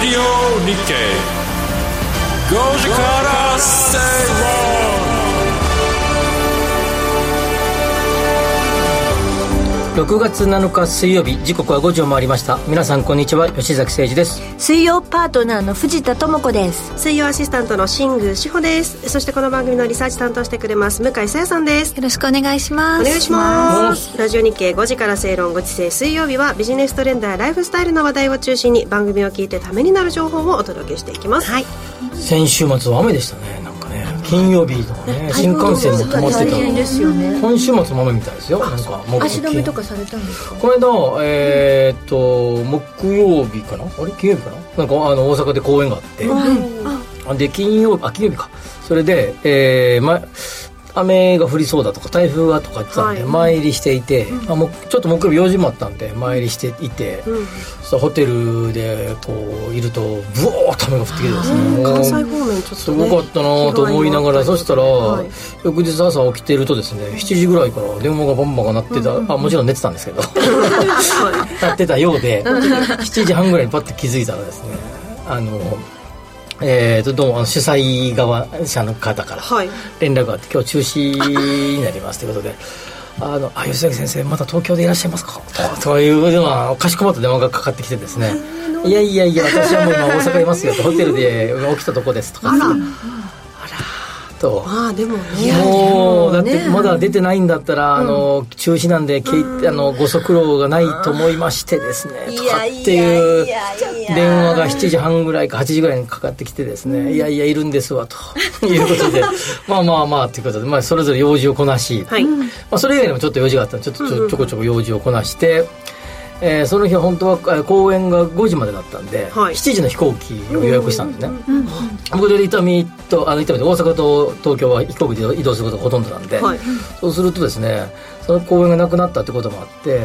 ディオ日経5時から正論6月7日水曜日、時刻は5時を回りました。皆さんこんにちは、吉崎誠二です。 水曜パートナーの藤田智子です。 水曜アシスタントの新宮志保です。そしてこの番組のリサーチ担当してくれます向井沙耶さんです。 よろしくお願いします。 お願いします。ラジオ日経5時から正論、ご時世水曜日はビジネストレンドやライフスタイルの話題を中心に番組を聞いてためになる情報をお届けしていきます。はい、 先週末は雨でしたね。なんかね、金曜日とかね、新幹線も止まってた。 大変ですよね。 今週末も雨みたいですよ。なんか足止めとかされたんですか？ この間、木曜日かな、あれ金曜日かな、なんか大阪で公演があって、で金曜日か、それで、雨が降りそうだとか台風がとか言ってたんで、参りしていて、もうちょっと木曜日用事もあったんで参りしていて、そホテルでこういるとブワーッと雨が降ってきてですね、 関西方面ちょっと、ね、 すごかったなと思いながら、そしたら、翌日朝起きてるとですね、7時ぐらいから電話がバンバン鳴ってた、もちろん寝てたんですけど鳴ってたようで、7時半ぐらいにパッと気づいたらですね、どうも主催側者の方から連絡があって、今日中止になりますということで、吉崎先生また東京でいらっしゃいますかというようなかしこまった電話がかかってきてですね、いや私はもう今大阪いますよと、ホテルで起きたとこですとか、とでもね、 もうだってまだ出てないんだったら、中止なんで、ご足労がないと思いましてですね、とかっていう電話が7時半ぐらいか8時ぐらいにかかってきてですね、いやいるんですわということでまあということで、それぞれ用事をこなし、それ以外にもちょっと用事があったので、ちょこちょこ用事をこなして、その日は本当は公演が5時までだったんで、7時の飛行機を予約したんですね。僕で伊丹と大阪と東京は飛行機で移動することがほとんどなんで、そうするとですね、その公演がなくなったってこともあって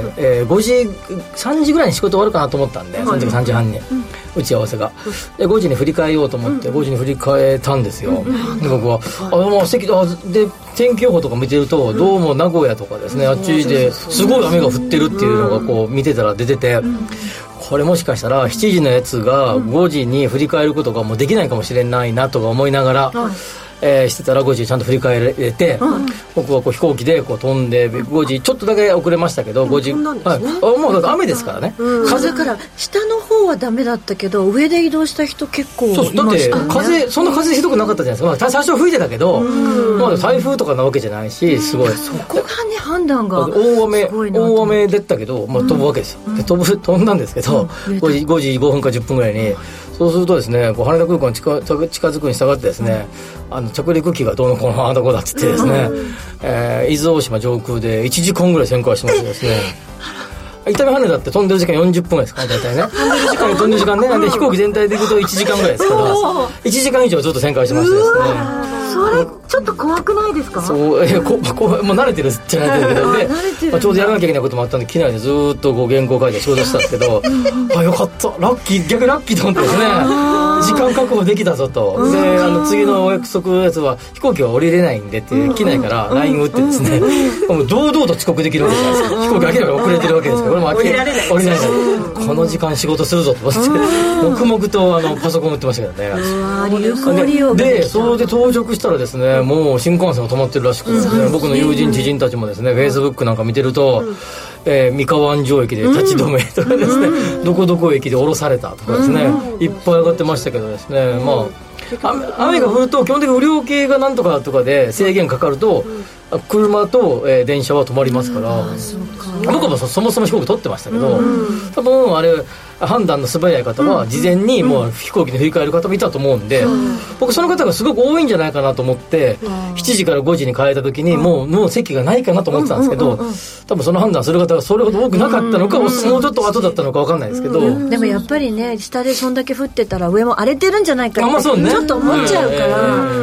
、3時ぐらいに仕事終わるかなと思ったんで、その時3時半に打ち合わせが、で5時に振り替えようと思って5時に振り替えたんですよ。で僕はで天気予報とか見てると、どうも名古屋とかですね、あっちですごい雨が降ってるっていうのがこう見てたら出てて、これもしかしたら7時のやつが5時に振り返ることがもうできないかもしれないなとか思いながら、してたら5時ちゃんと振り返れて、僕はこう飛行機でこう飛んで5時ちょっとだけ遅れましたけど、5時、もうだって雨ですからね、 風から下の方はダメだったけど上で移動した人結構いましたね。 だってそんな風ひどくなかったじゃないですか。最初吹いてたけど、台風とかなわけじゃないし、すごいそこがね、判断が大雨だったけど、飛ぶわけですよ。で飛んだんですけど、5時5分か10分ぐらいに、そうするとですね、こう羽田空港に近づくに従ってですね、着陸機がどうのこうのどこだっつってですね、伊豆大島上空で1時間ぐらい旋回してましてですね、伊丹羽田って飛んでる時間40分ぐらいですかね、大体ね。飛んでる時間ね、なんで飛行機全体で行くと1時間ぐらいですから、1時間以上ずっと旋回してましてですね。 それちょっと怖くないですか？ そう、もう慣れてるじゃないですけど、で、ちょうどやらなきゃいけないこともあったんで、機内でずっと原稿書いて仕事してたんですけどよかった、逆ラッキーと思ってですね、時間確保できたぞと。で、次のお約束のやつは飛行機は降りれないんでって機内から LINE 打ってですね、もう堂々と遅刻できるわけじゃないですか。飛行機明らかに遅れてるわけですから、 降りられない、 この時間仕事するぞと思って黙々とパソコン打ってましたけどね。で、それで到着したらですね、もう新幹線が止まってるらしくてですね、僕の友人知人たちもですね、フェイスブックなんか見てると、三河安城駅で立ち止めとかですね、どこどこ駅で降ろされたとかですね、いっぱい上がってましたけどですね、雨が降ると基本的に雨量計がなんとかとかで制限かかると、車と、電車は止まりますから、僕もそもそも飛行機取ってましたけど、多分あれ判断の素早い方は事前にもう飛行機で振り返る方もいたと思うんで、僕その方がすごく多いんじゃないかなと思って、7時から5時に変えた時にもう席がないかなと思ってたんですけど、多分その判断する方がそれほど多くなかったのか、もうちょっと後だったのか分かんないですけど、 でもやっぱりね、下でそんだけ降ってたら上も荒れてるんじゃないかってちそうね、 ょっと思っちゃうから、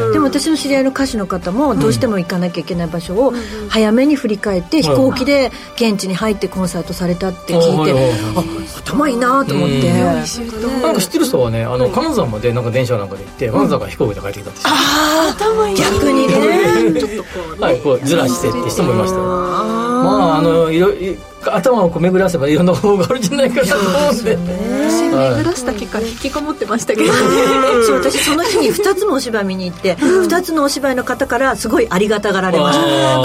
でも私の知り合いの歌手の方もどうしても行かなきゃいけない場所を早めに振り返って飛行機で現地に入ってコンサートされたって聞いて、頭いいなと思って、 なんか知ってる人はね、金沢までなんか電車なんかで行って金沢から飛行機で帰ってきたって、 頭いい、逆にねちょっとこうね、 こうずらしてって人もいましたよ。 頭をこう巡らせばいろんな方法があるんじゃないかなと思うんで、 巡らした結果引きこもってましたけどそう、私その日に2つもお芝居見に行って、2つのお芝居の方からすごいありがたがられました。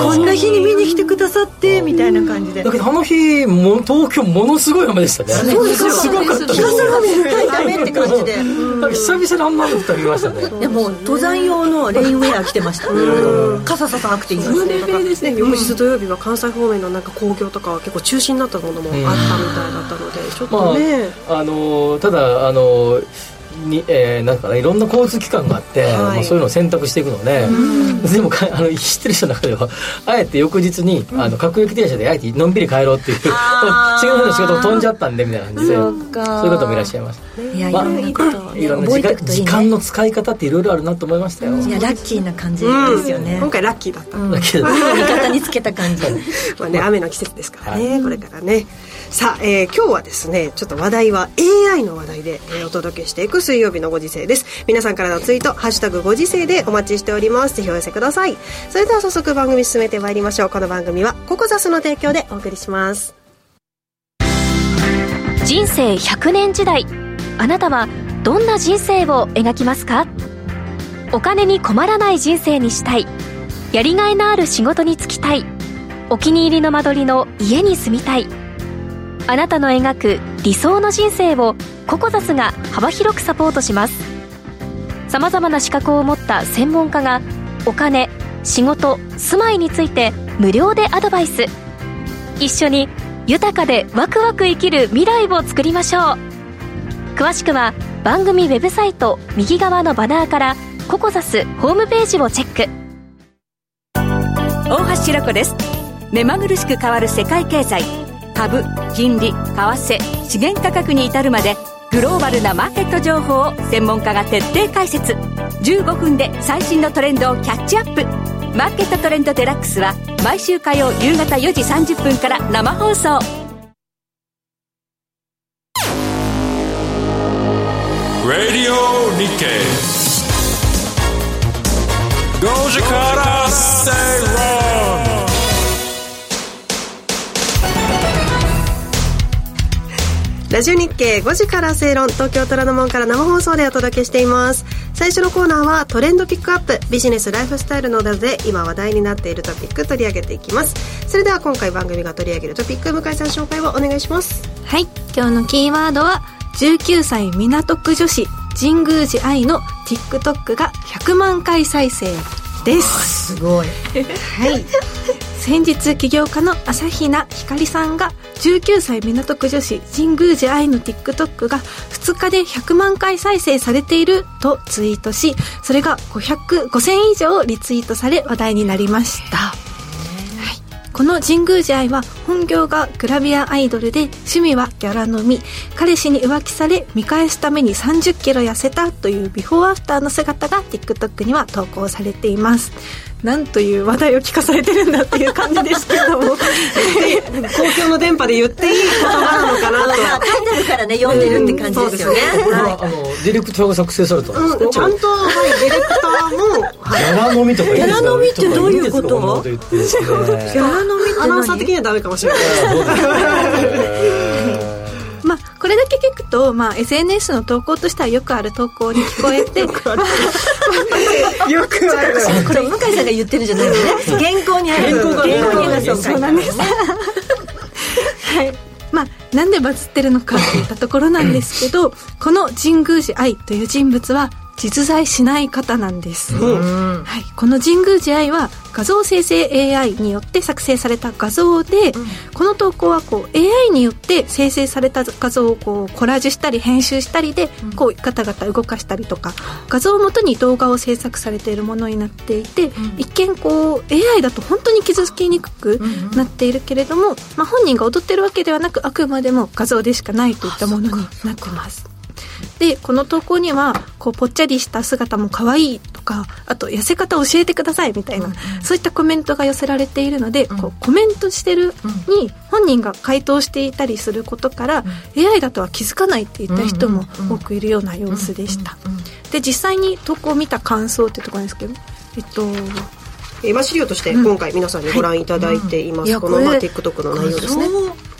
こんな日に見に来てくださってみたいな感じで。 だけどあの日も東京ものすごい雨でしたね。 そうですよ、 すごかった。 日傘が絶対ダメって感じで久々にあんなの2人見ましたね。 でも登山用のレインウェア着てました。傘ささなくていいんですね。 翌日土曜日は関西方面のなんか興行とかは結構中止になったものもあったみたいだったので、ちょっとね、 ただなんかいろんな交通機関があって、そういうのを選択していくので、でも知ってる人の中ではあえて翌日に各駅停車であえてのんびり帰ろうっていう次の日の仕事を飛んじゃったんでみたいな感じで、そういう方もいらっしゃいます。いろんな時間の使い方っていろいろあるなと思いましたよ。 いやラッキーな感じですよね。 今回ラッキーだった。 味方につけた感じ。 まあね、雨の季節ですからね、これからね。さあ、今日はですね、ちょっと話題は AI の話題で、お届けしていく水曜日のご時世です。皆さんからのツイート、ハッシュタグご時世でお待ちしております。ぜひお寄せください。それでは早速番組進めてまいりましょう。この番組はココザスの提供でお送りします。 人生100年時代、あなたはどんな人生を描きますか？お金に困らない人生にしたい、やりがいのある仕事に就きたい、お気に入りの間取りの家に住みたい。あなたの描く理想の人生をココザスが幅広くサポートします。さまざまな資格を持った専門家がお金、仕事、住まいについて無料でアドバイス。一緒に豊かでワクワク生きる未来を作りましょう。詳しくは番組ウェブサイト右側のバナーからココザスホームページをチェック。 大橋ロコです。目まぐるしく変わる世界経済、株、金利、為替、資源価格に至るまでグローバルなマーケット情報を専門家が徹底解説。15分で最新のトレンドをキャッチアップ。マーケットトレンドデラックスは毎週火曜夕方4時30分から生放送。 Radio Nikkei 5時から正論。 ラジオ日経5時から正論、東京虎ノ門から生放送でお届けしています。最初のコーナーはトレンドピックアップ、ビジネスライフスタイルなどで今話題になっているトピック取り上げていきます。それでは今回番組が取り上げるトピック、向井さん紹介をお願いします。 はい、今日のキーワードは19歳港区女子神宮寺愛の TikTok が100万回再生です。 すごいはい、先日起業家の朝比奈ひかりさんが19歳港区女子神宮寺愛の TikTok が2日で100万回再生されているとツイートし、それが5000以上リツイートされ話題になりました。この神宮寺愛は本業がグラビアアイドルで趣味はギャラ飲み、彼氏に浮気され見返すために30キロ痩せたというビフォーアフターの姿が TikTok には投稿されています。なんという話題を聞かされてるんだっていう感じですけども公共の電波で言っていい言葉なのかなと書いてあるからね、読んでるって感じですよね。 これはディレクターが作成されたんですか？ ちゃんと、ディレクターも、 ギャラ飲みとかいいですか？ ギャラ飲みってどういうこと？ ギャラ飲みってアナウンサー的にはダメかもしれないまあ、これだけ聞くと、まあ、SNS の投稿としてはよくある投稿に聞こえてよくあるこれ向井さんが言ってるじゃないのね。原稿にあるそうなんですはい、まあ、なんでバズってるのかっていったところなんですけどこの神宮寺愛という人物は実在しない方なんです、はい、この神宮寺愛は画像生成 AI によって作成された画像で、この投稿はこう AI によって生成された画像をこうコラージュしたり編集したりでこうガタガタ動かしたりとか、画像をもとに動画を制作されているものになっていて、一見こう AI だと本当に気づきにくくなっているけれども、まあ、本人が踊ってるわけではなくあくまでも画像でしかないといったものになってます。でこの投稿にはこうぽっちゃりした姿も可愛いとか、あと痩せ方教えてくださいみたいな、そういったコメントが寄せられているので、こうコメントしてるに本人が回答していたりすることから、AI だとは気づかないっていった人も多くいるような様子でした。で実際に投稿を見た感想ってところなんですけど、 資料として今回皆さんにご覧いただいています、この、TikTok の内容ですね。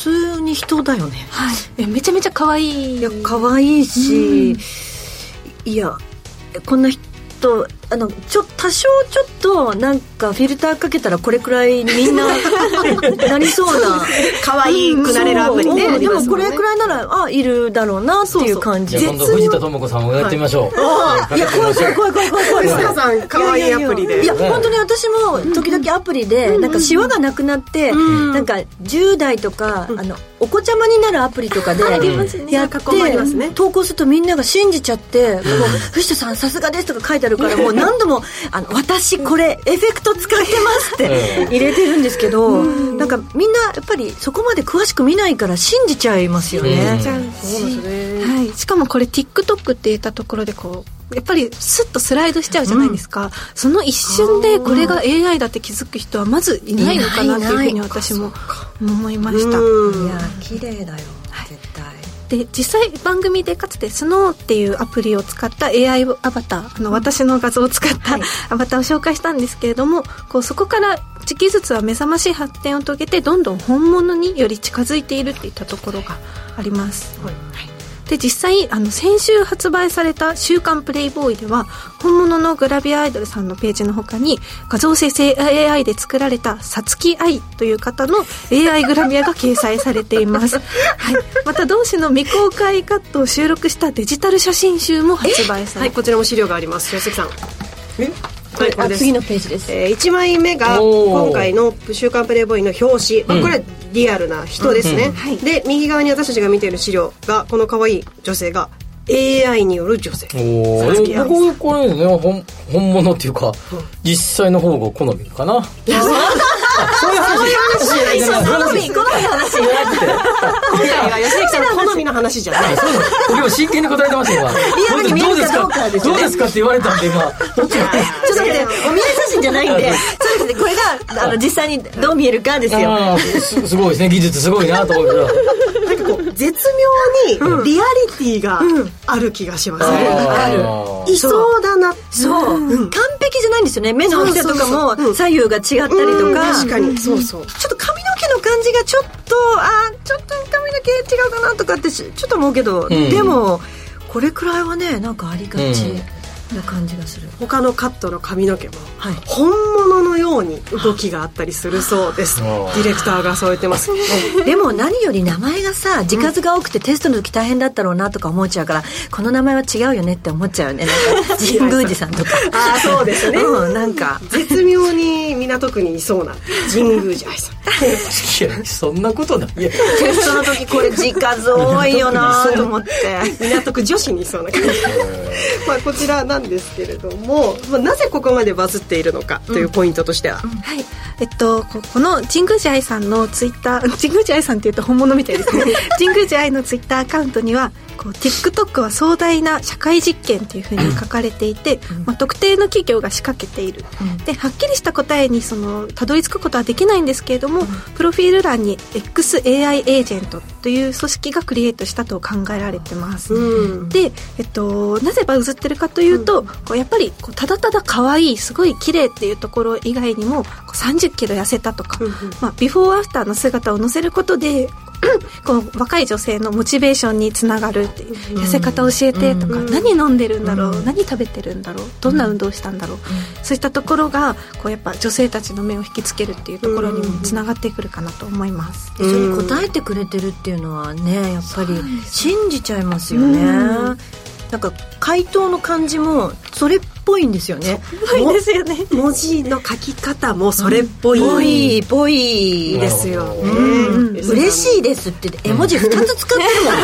通に人だよね。 はい、めちゃめちゃ可愛い。 いや可愛いし、いやこんな人多少ちょっとなんかフィルターかけたらこれくらいみんななりそうな可愛くなれるアプリね。 でもこれくらいならいるだろうなっていう感じ。 今度藤田智子さんもやってみましょう。 いや怖い藤田さん可愛いアプリで。 いや本当に私も時々アプリでなんかシワがなくなってなんか10代とかお子ちゃまになるアプリとかでやって投稿するとみんなが信じちゃって藤田さんさすがですとか書いてあるからもう何度も私これエフェクト使ってますって入れてるんですけどなんかみんなやっぱりそこまで詳しく見ないから信じちゃいますよね。 はい、しかもこれ TikTok って言ったところでこうやっぱりスッとスライドしちゃうじゃないですか、その一瞬でこれが AI だって気づく人はまずいないのかなっていうふうに私も思いました。 いや綺麗だよ絶対。 で実際番組でかつてスノーっていうアプリを使った AI アバター私の画像を使ったアバターを紹介したんですけれどもこうそこから時期ずつは目覚ましい発展を遂げてどんどん本物により近づいているっていったところがあります、で実際先週発売された週刊プレイボーイでは本物のグラビアアイドルさんのページの他に画像生成 AI で作られたさつき愛という方の AI グラビアが掲載されています、はい、また同種の未公開カットを収録したデジタル写真集も発売されこちらも資料があります。吉崎さんこれです。 次のページです。 1枚目が今回の週刊プレイボーイの表紙、これはリアルな人ですね、で右側に私たちが見ている資料がこの可愛い女性が AI による女性。 僕これね本物っていうか、実際の方が好みかな。そういう話じゃない。 好みの話じゃなくて今回は吉崎さんの好みの話じゃない。 今真剣に答えてますよ。 リアルに見えるかどうかですよね。 どうですかって言われたんで今ちょっと待ってお見合い写真じゃないんでそうですね、これが実際にどう見えるかですよ。 すごいですね、技術すごいなと思うけどなんかこう絶妙にリアリティがある気がしますね。いそうだな。 そう、完璧じゃないんですよね。目の大きさとかも左右が違ったりとか、 確かにそうそう。 ちょっと髪の毛の感じがちょっと髪の毛違うかなとかってちょっと思うけど、でもこれくらいはねなんかありがちな感じがする。 他のカットの髪の毛も本物のように動きがあったりするそうです。ディレクターがそう言ってます。 でも何より名前がさ字数が多くてテストの時大変だったろうなとか思っちゃうから、この名前は違うよねって思っちゃうよね。なんか神宮寺さんとかそうですね、 なんか絶妙に港区にいそうな神宮寺愛さん。 いやそんなことない。 テストの時これ字数多いよなと思って港区女子にいそうな感じこちらなんですけれども、なぜここまでバズっているのかというポイントとしては、 はい、この神宮寺愛さんのツイッター、神宮寺愛さんっていうと本物みたいですね神宮寺愛のツイッターアカウントにはTikTok は壮大な社会実験というふうに書かれていて、特定の企業が仕掛けている、ではっきりした答えにたどり着くことはできないんですけれども、プロフィール欄に XAI エージェントという組織がクリエイトしたと考えられてます、で、なぜバズってるかというと、やっぱりただただ可愛いすごい綺麗っていうところ以外にも30キロ痩せたとか、ビフォーアフターの姿を載せることでこの若い女性のモチベーションにつながるっていう、痩せ方教えてとか、何飲んでるんだろう、何食べてるんだろう、どんな運動したんだろう、そういったところがやっぱ女性たちの目を引きつけるっていうところにもつながってくるかなと思います。 一緒に答えてくれてるっていうのはねやっぱり信じちゃいますよね。なんか回答の感じもそれっぽいんですよね。 ぽいですよね。 文字の書き方もそれっぽい、 ぽいですよね。 嬉しいですって絵文字2つ使ってるもん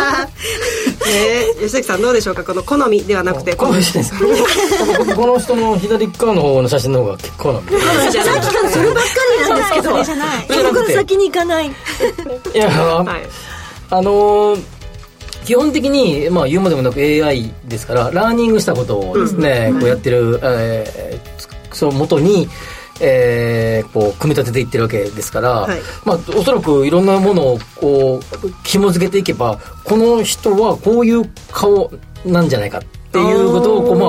吉崎さんどうでしょうか。この好みではなくて好みですこの人の左側の方の写真の方が結構なのさっきからそればっかりなんですけど、そこから先に行かない。いや、基本的に、言うまでもなく AI ですからラーニングしたことをですね、こうやってる、その元に、こう組み立てていってるわけですから、おそらくいろんなものをこう紐付けていけばこの人はこういう顔なんじゃないかっていうことを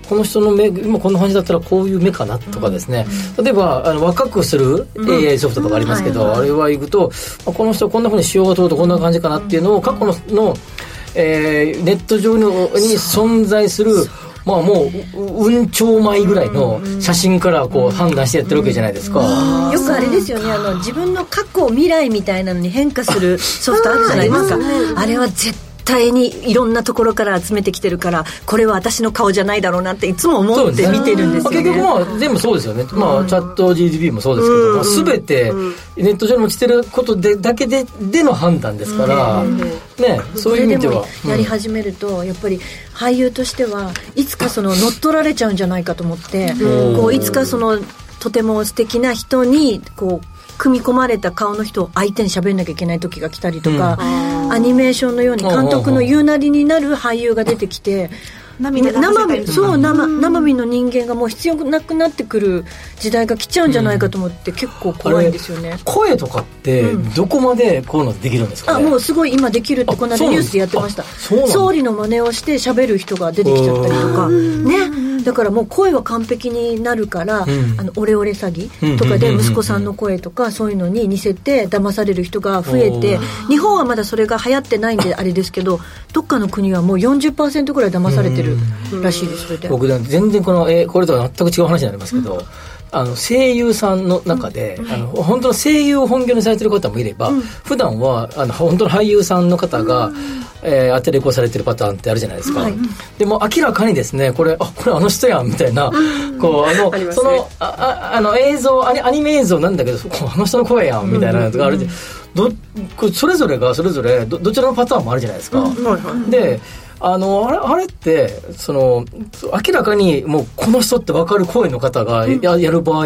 この人の目今こんな感じだったらこういう目かなとかですね、例えば若くする AI ソフトとかありますけど、あれは行くとこの人こんな風に仕様が通るとこんな感じかなっていうのを過去のネット上に存在するもう運兆前ぐらいの写真からこう判断してやってるわけじゃないですか。 よくあれですよね、自分の過去未来みたいなのに変化するソフトあるじゃないですか。あれは絶対にいろんなところから集めてきてるから、これは私の顔じゃないだろうなっていつも思って見てるんですよね。結局全部そうですよね。チャット GDP もそうですけど、全てネット上に落ちてることだけでの判断ですから、そういう意味ではやり始めると、やっぱり俳優としてはいつか乗っ取られちゃうんじゃないかと思って、いつかとても素敵な人に組み込まれた顔の人を相手に喋んなきゃいけない時が来たりとか、アニメーションのように監督の言うなりになる俳優が出てきて、生身の人間がもう必要なくなってくる時代が来ちゃうんじゃないかと思って、結構怖いんですよね。 声とかってどこまでこういうのできるんですかね。 もうすごい今できるってこの間ニュースでやってました。総理の真似をして喋る人が出てきちゃったりとかね。だからもう声は完璧になるから、オレオレ詐欺とかで息子さんの声とかそういうのに似せて騙される人が増えて、日本はまだそれが流行ってないんであれですけど、どっかの国はもう 40% ぐらい騙されてるらしいです。それで僕全然これとは全く違う話になりますけど、声優さんの中で、本当の声優を本業にされてる方もいれば、普段は本当の俳優さんの方が、アテレコされてるパターンってあるじゃないですか。でも明らかにですね、これあの人やんみたいな、その映像アニメ映像なんだけど、あの人の声やんみたいなのがあるで、それぞれがそれぞれどちらのパターンもあるじゃないですか。であれって明らかにもうこの人って分かる声の方がやる場合って、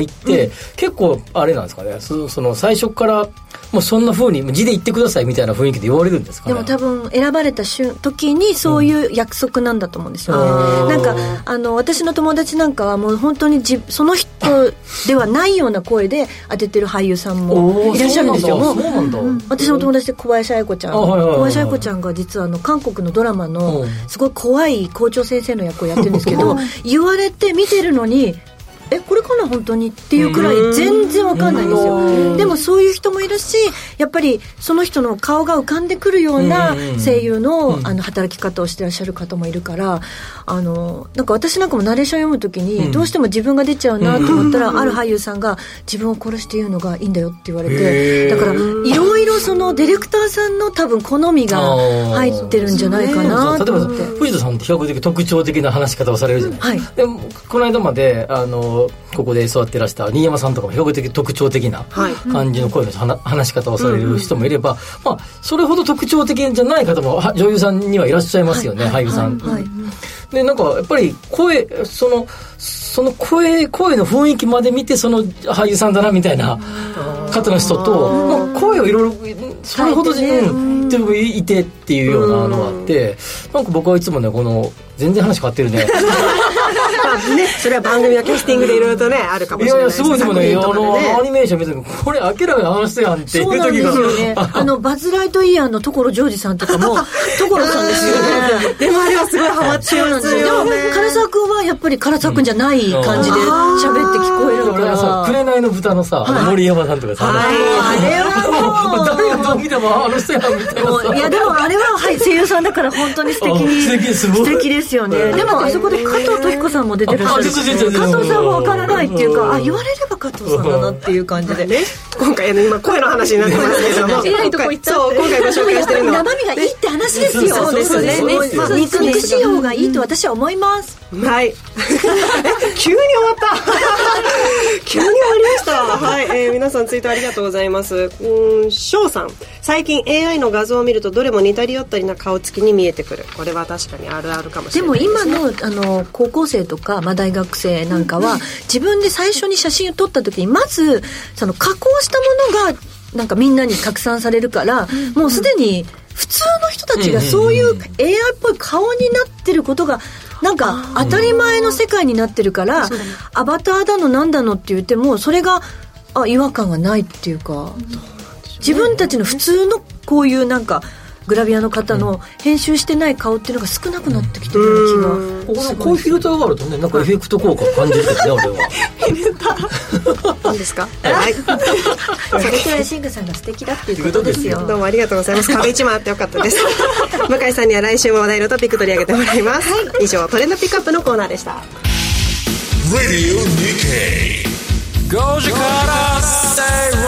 結構あれなんですかね、最初からもうそんな風に字で言ってくださいみたいな雰囲気で言われるんですかね。 でも多分選ばれた時にそういう約束なんだと思うんですよね。なんか私の友達なんかはもう本当にその人ではないような声で当ててる俳優さんもいらっしゃるんですよ。私の友達で小林愛子ちゃん、小林愛子ちゃんが実は韓国のドラマのすごい怖い校長先生の役をやってるんですけど、言われて見てるのにこれかな本当にっていうくらい全然わかんないんですよ。でもそういう人もいるし、やっぱりその人の顔が浮かんでくるような声優の働き方をしてらっしゃる方もいるから、なんか私なんかもナレーション読むときにどうしても自分が出ちゃうなと思ったら、ある俳優さんが自分を殺して言うのがいいんだよって言われて、だからいろいろそのディレクターさんの多分好みが入ってるんじゃないかなと思って。 例えば藤田さんって比較的特徴的な話し方をされるじゃないですか。でもこの間までここで座ってらした新山さんとかも比較的特徴的な感じの声の話し方をされる人もいれば、それほど特徴的じゃない方も女優さんにはいらっしゃいますよね、俳優さん。でなんかやっぱりその声の雰囲気まで見て俳優さんだなみたいな方の人と、声をいろいろそれほどいてっていうようなのがあって、なんか僕はいつもね全然話変わってるねそれは番組のキャスティングでいろいろとねあるかもしれないです。 すごいでもね、アニメーション見てもこれ明らかにあの人やんっていう時が、そうなんですよね。 バズ・ライトイヤーの所ジョージさんとかも所さんですよね。 でもあれはすごいハマってるんですよね。 でも唐沢君はやっぱり唐沢君じゃない感じで喋って聞こえるから。 紅の豚のさ、森山さんとかさ、 あれはもう誰がどう見てもあの人やんみたいなさ。 いやでもあれは声優さんだから本当に素敵ですよね。でもあそこで加藤登彦さんも出てらっしゃる。加藤さんは分からないっていうか、言われれば加藤さんだなっていう感じでね。 今回今声の話になってますけども、今回ご紹介してるのは生身がいいって話ですよ。 そうですね。 肉仕様がいいと私は思います。 はい。急に終わった急に終わりました。はい、皆さんツイートありがとうございます。翔さん、最近 AI の画像を見るとどれも似たり寄ったりな顔つきに見えてくる。これは確かにあるあるかもしれないですね。 でも今の高校生とか、大学生なんかは自分で最初に写真を撮った時にまずその加工したものがなんかみんなに拡散されるから、もうすでに普通の人たちがそういう AI っぽい顔になってることがなんか当たり前の世界になってるから、アバターだのなんだのって言ってもそれが違和感がないっていうか、自分たちの普通のこういうなんかグラビアの方の編集してない顔っていうのが少なくなってきてるような気が。 ここのフィルターがあるとね、なんかエフェクト効果を感じるけどね、俺は。 フィルター何ですか？はい。 それくらいシングさんが素敵だっていうことですよ。 どうもありがとうございます。壁一枚あってよかったです。向井さんには来週も話題のトピック取り上げてもらいます。以上、トレンドピックアップのコーナーでした。 Radio Nikkei 5時から Stay Wrong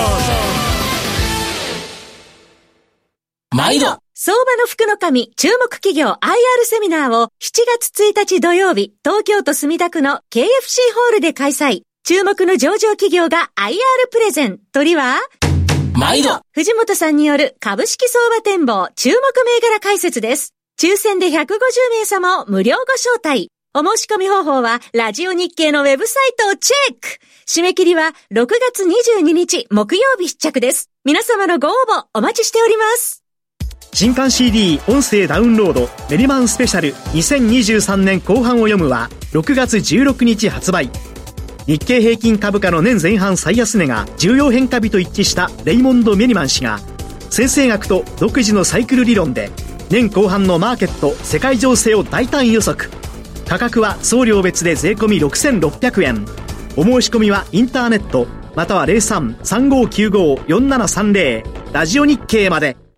毎度相場の福の神注目企業 IR セミナーを7月1日土曜日、東京都墨田区の KFC ホールで開催。注目の上場企業が IR プレゼン。鳥は毎度藤本さんによる株式相場展望注目銘柄解説です。抽選で150名様を無料ご招待。お申し込み方法はラジオ日経のウェブサイトをチェック。締め切りは6月22日木曜日必着です。皆様のご応募お待ちしております。 新刊 CD 音声ダウンロードメリマンスペシャル2023年後半を読むは6月16日発売。日経平均株価の年前半最安値が重要変化日と一致したレイモンド・メリマン氏が先生学と独自のサイクル理論で年後半のマーケット世界情勢を大胆予測。価格は送料別で税込み6600円。お申し込みはインターネットまたは 03-3595-4730 ラジオ日経まで。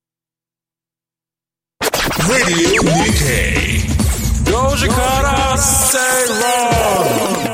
Radio Nikkei 5時から Stay Wrong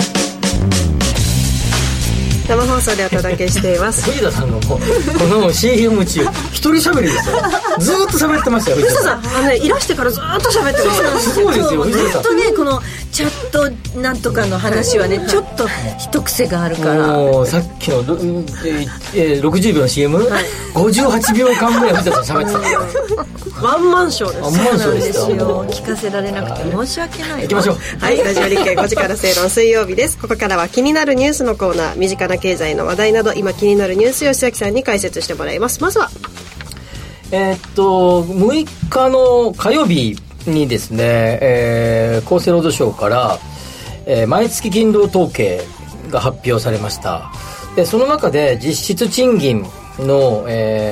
生放送でお届けしています藤田さんのこの CM 中一人喋りですよ。ずーっと喋ってましたよ。 藤田さんいらしてからずーっと喋ってます。 すごいですよ。 ずっとねこのチャットなんとかの話はねちょっと一癖があるから。 さっきの、60秒の CM、はい、58秒間ぐらい藤田さん喋ってた。 ワンマンショーです。 ワンマンショーでした。 聞かせられなくて申し訳ない。 行きましょう。 はい、ラジオ日経5時から正論水曜日です。ここからは気になるニュースのコーナー。身近な経済の話題など今気になるニュースを吉崎さんに解説してもらいます。まずは 6日の火曜日にですね、厚生労働省から、毎月勤労統計が発表されました。でその中で実質賃金の、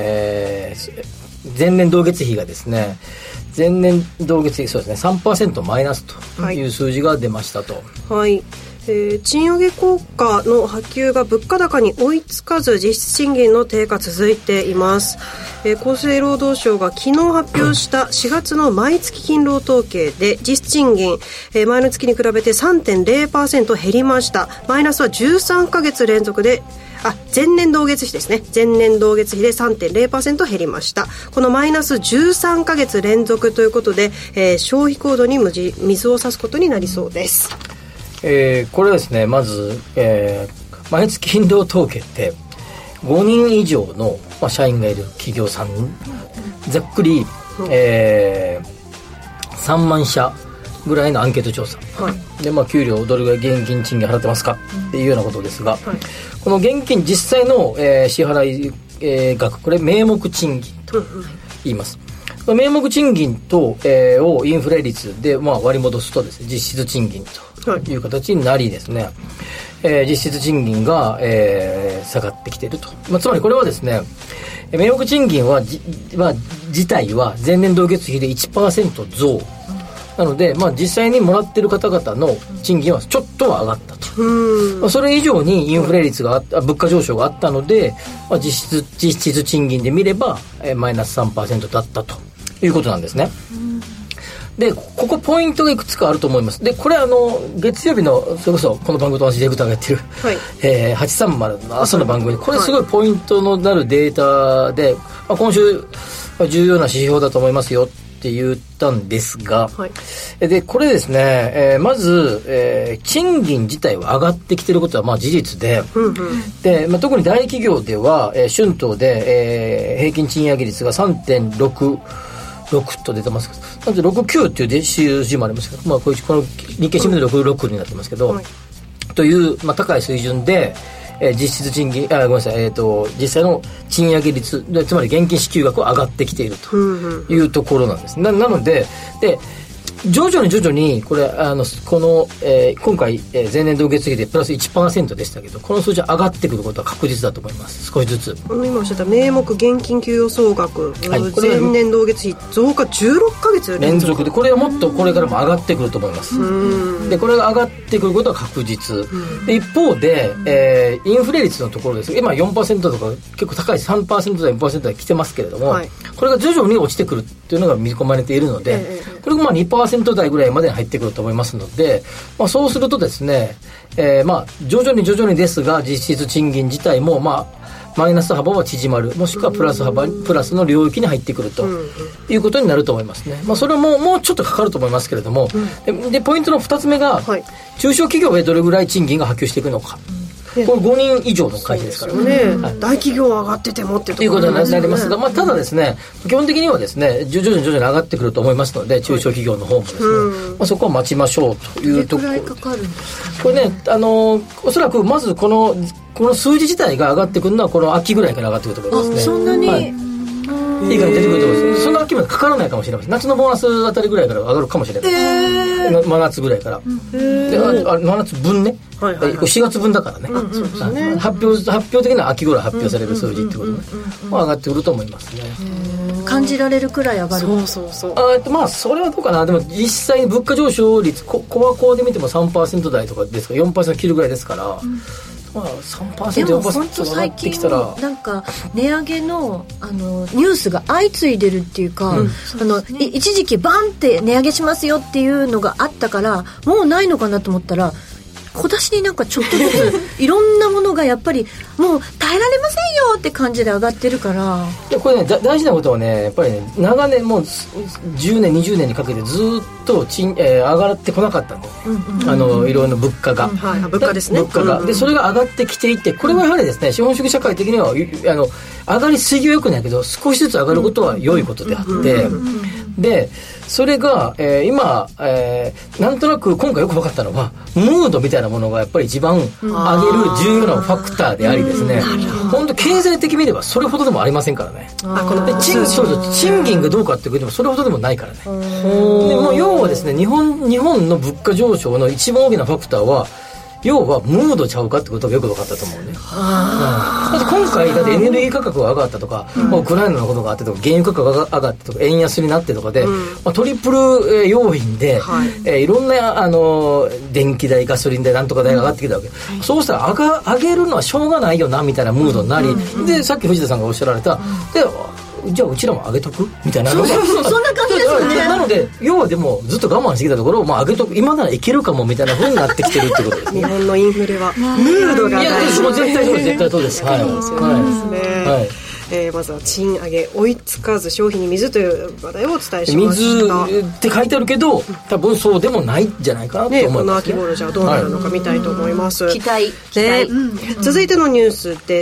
前年同月比がですね前年同月比そうですね 3% マイナスという数字が出ましたと。 はい、賃上げ効果の波及が物価高に追いつかず実質賃金の低下続いています。厚生労働省が昨日発表した4月の毎月勤労統計で実質賃金、前の月に比べて 3.0% 減りました。マイナスは13ヶ月連続で前年同月比ですね。前年同月比で 3.0% 減りました。このマイナス13ヶ月連続ということで、消費行動に水を差すことになりそうです。 これはですねまず、毎月勤労統計って5人以上の、社員がいる企業さんざっくり、3万社ぐらいのアンケート調査、はい、で給料どれぐらい現金賃金払ってますかっていうようなことですが、はい、この現金実際の、支払い、額これ名目賃金と言います。名目賃金と、をインフレ率で、割り戻すとですね実質賃金という形になりですね、実質賃金が、下がってきていると、つまりこれはですね名目賃金は自体は前年同月比で 1% 増なので、実際にもらっている方々の賃金はちょっとは上がったと。それ以上にインフレ率が物価上昇があったので、実質賃金で見れば、マイナス 3% だったということなんですね。でここポイントがいくつかあると思います。でこれ月曜日のそれこそこの番組と同じディレクターがやってる、はい830の朝の番組でこれすごいポイントのなるデータで、今週重要な指標だと思いますよって言ったんですが、はい、でこれですね、まず、賃金自体は上がってきてることは事実で、で、特に大企業では、春闘で、平均賃上げ率が 3.66 と出てますけど 3.69 っていう数字もありますけど、この日経新聞で66になってますけど、はい、という、高い水準で、実質賃金ごめんなさい、実際の賃上げ率つまり現金支給額は上がってきているというところなんです。なので徐々にこれこの、今回、前年同月比でプラス 1% でしたけど、この数字は上がってくることは確実だと思います。少しずつ今おっしゃった名目現金給与総額、はい、前年同月比増加16ヶ月連続で、これはもっとこれからも上がってくると思います。でこれが上がってくることは確実で、一方で、インフレ率のところです今 4% とか結構高い 3% 台 4% 台来てますけれども、はい、これが徐々に落ちてくるっていうのが見込まれているので、これがまあ 2% 台ぐらいまでに入ってくると思いますので、そうするとですね、徐々にですが実質賃金自体もマイナス幅は縮まる、もしくはプラスの領域に入ってくるということになると思いますね。それはもうちょっとかかると思いますけれども、でポイントの2つ目が、はい、中小企業へどれぐらい賃金が波及していくのか、これ5人以上の会社ですからね、 はい、大企業上がっててもっていうことになりますが、ただですね、基本的にはですね徐々に上がってくると思いますので、中小企業の方もですね、そこは待ちましょうというところ。 どれくらいかかるんですかね。 これね、おそらくまずこの数字自体が上がってくるのはこの秋ぐらいから上がってくると思いますね。 そんなに、はい、 いい感じ出てくると思います。その秋までかからないかもしれません。夏のボーナスあたりぐらいから上がるかもしれない、真夏ぐらいから、で真夏分ね、はいはいはい、4月分だからね、発表的な秋頃発表される数字ってことね、上がってくると思いますね。 感じられるくらい上がる。 そうそれはどうかな。でも実際に物価上昇率コアコアで見ても 3% 台とかですから 4% 切るぐらいですから、3% でも本当最近なんか値上げのニュースが相次いでるっていうか、一時期バンって値上げしますよっていうのがあったからもうないのかなと思ったら、小出しになんかちょっとずついろんなものがやっぱりもう耐えられませんよって感じで上がってるから。 これね、大事なことはね、やっぱりね、長年もう10年20年にかけてずっと上がってこなかったんだよね、いろんな物価が、 物価ですね、 物価が、でそれが上がってきていて、これはやはりですね、資本主義社会的には上がりすぎは良くないけど少しずつ上がることは良いことであって、でそれが、今、なんとなく今回よく分かったのは、ムードみたいなものがやっぱり一番上げる重要なファクターでありですね、本当経済的に見ればそれほどでもありませんからね。賃金がどうかっていうとそれほどでもないからね。でもう要はですね、日本の物価上昇の一番大きなファクターは要はムードちゃうかってことがよく分かったと思うね。だって今回だってエネルギー価格が上がったとか、ウクライナのことがあってとか、原油価格が上がってとか、円安になってとかで、トリプル要因で、いろんな電気代ガソリン代なんとか代が上がってきたわけ、そうしたら上げるのはしょうがないよなみたいなムードになり、でさっき藤田さんがおっしゃられた、でじゃあうちらも上げとくみたいなのが、 そんな感じですよね。 なので要はでもずっと我慢してきたところを、上げとく、今ならいけるかもみたいな風になってきてるってことですね。 日本のインフレはムードが大事。 いや絶対そうです。 まずは賃上げ追いつかず消費に水という話題をお伝えしました。 水って書いてあるけど多分そうでもないんじゃないかなと思います、 この秋頃じゃあどうなるのか見たいと思います、 期待、 続いてのニュースです。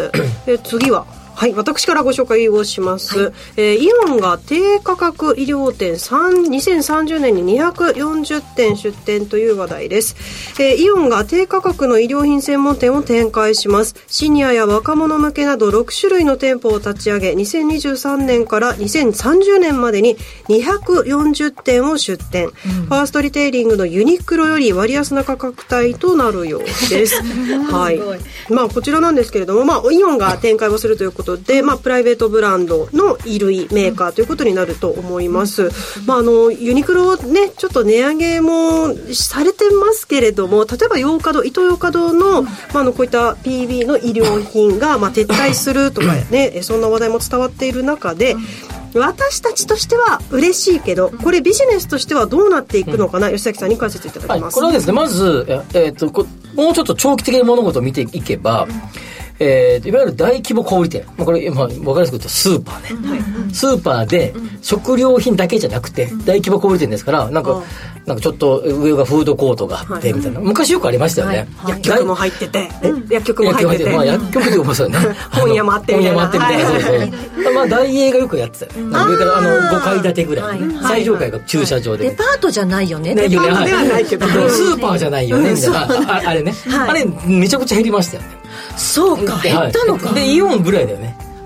次ははい、私からご紹介をします、イオンが低価格医療店2030年に240店出店という話題です。イオンが低価格の医療品専門店を展開します。シニアや若者向けなど6種類の店舗を立ち上げ、2023年から2030年までに240店を出店、ファーストリテイリングのユニクロより割安な価格帯となるようです。はい、こちらなんですけれども、イオンが展開をするということで、プライベートブランドの衣類メーカーということになると思います。ユニクロね、ちょっと値上げもされてますけれども、例えばイトーヨーカドーの、こういった PB の衣料品が、撤退するとかね、そんな話題も伝わっている中で、私たちとしては嬉しいけど、これビジネスとしてはどうなっていくのかな、吉崎さんに解説いただきます。 これはですね、まず、もうちょっと長期的な物事を見ていけば、いわゆる大規模小売店、これ、分かりやすく言うとスーパーね、スーパーで食料品だけじゃなくて大規模小売店ですから、なんかちょっと上がフードコートがあってみたいな、昔よくありましたよね。 薬局も入ってて、薬局も入ってて、 薬局でもそうよね。 本屋もあってみたいな。 ダイエーがよくやってたよね。上から5階建てぐらい、最上階が駐車場で。 デパートじゃないよね。 デパートではないけど、 スーパーじゃないよねみたいな。あれね、あれめちゃくちゃ減りましたよね。 そうか、減ったのか。 でイオンぐらいだよね。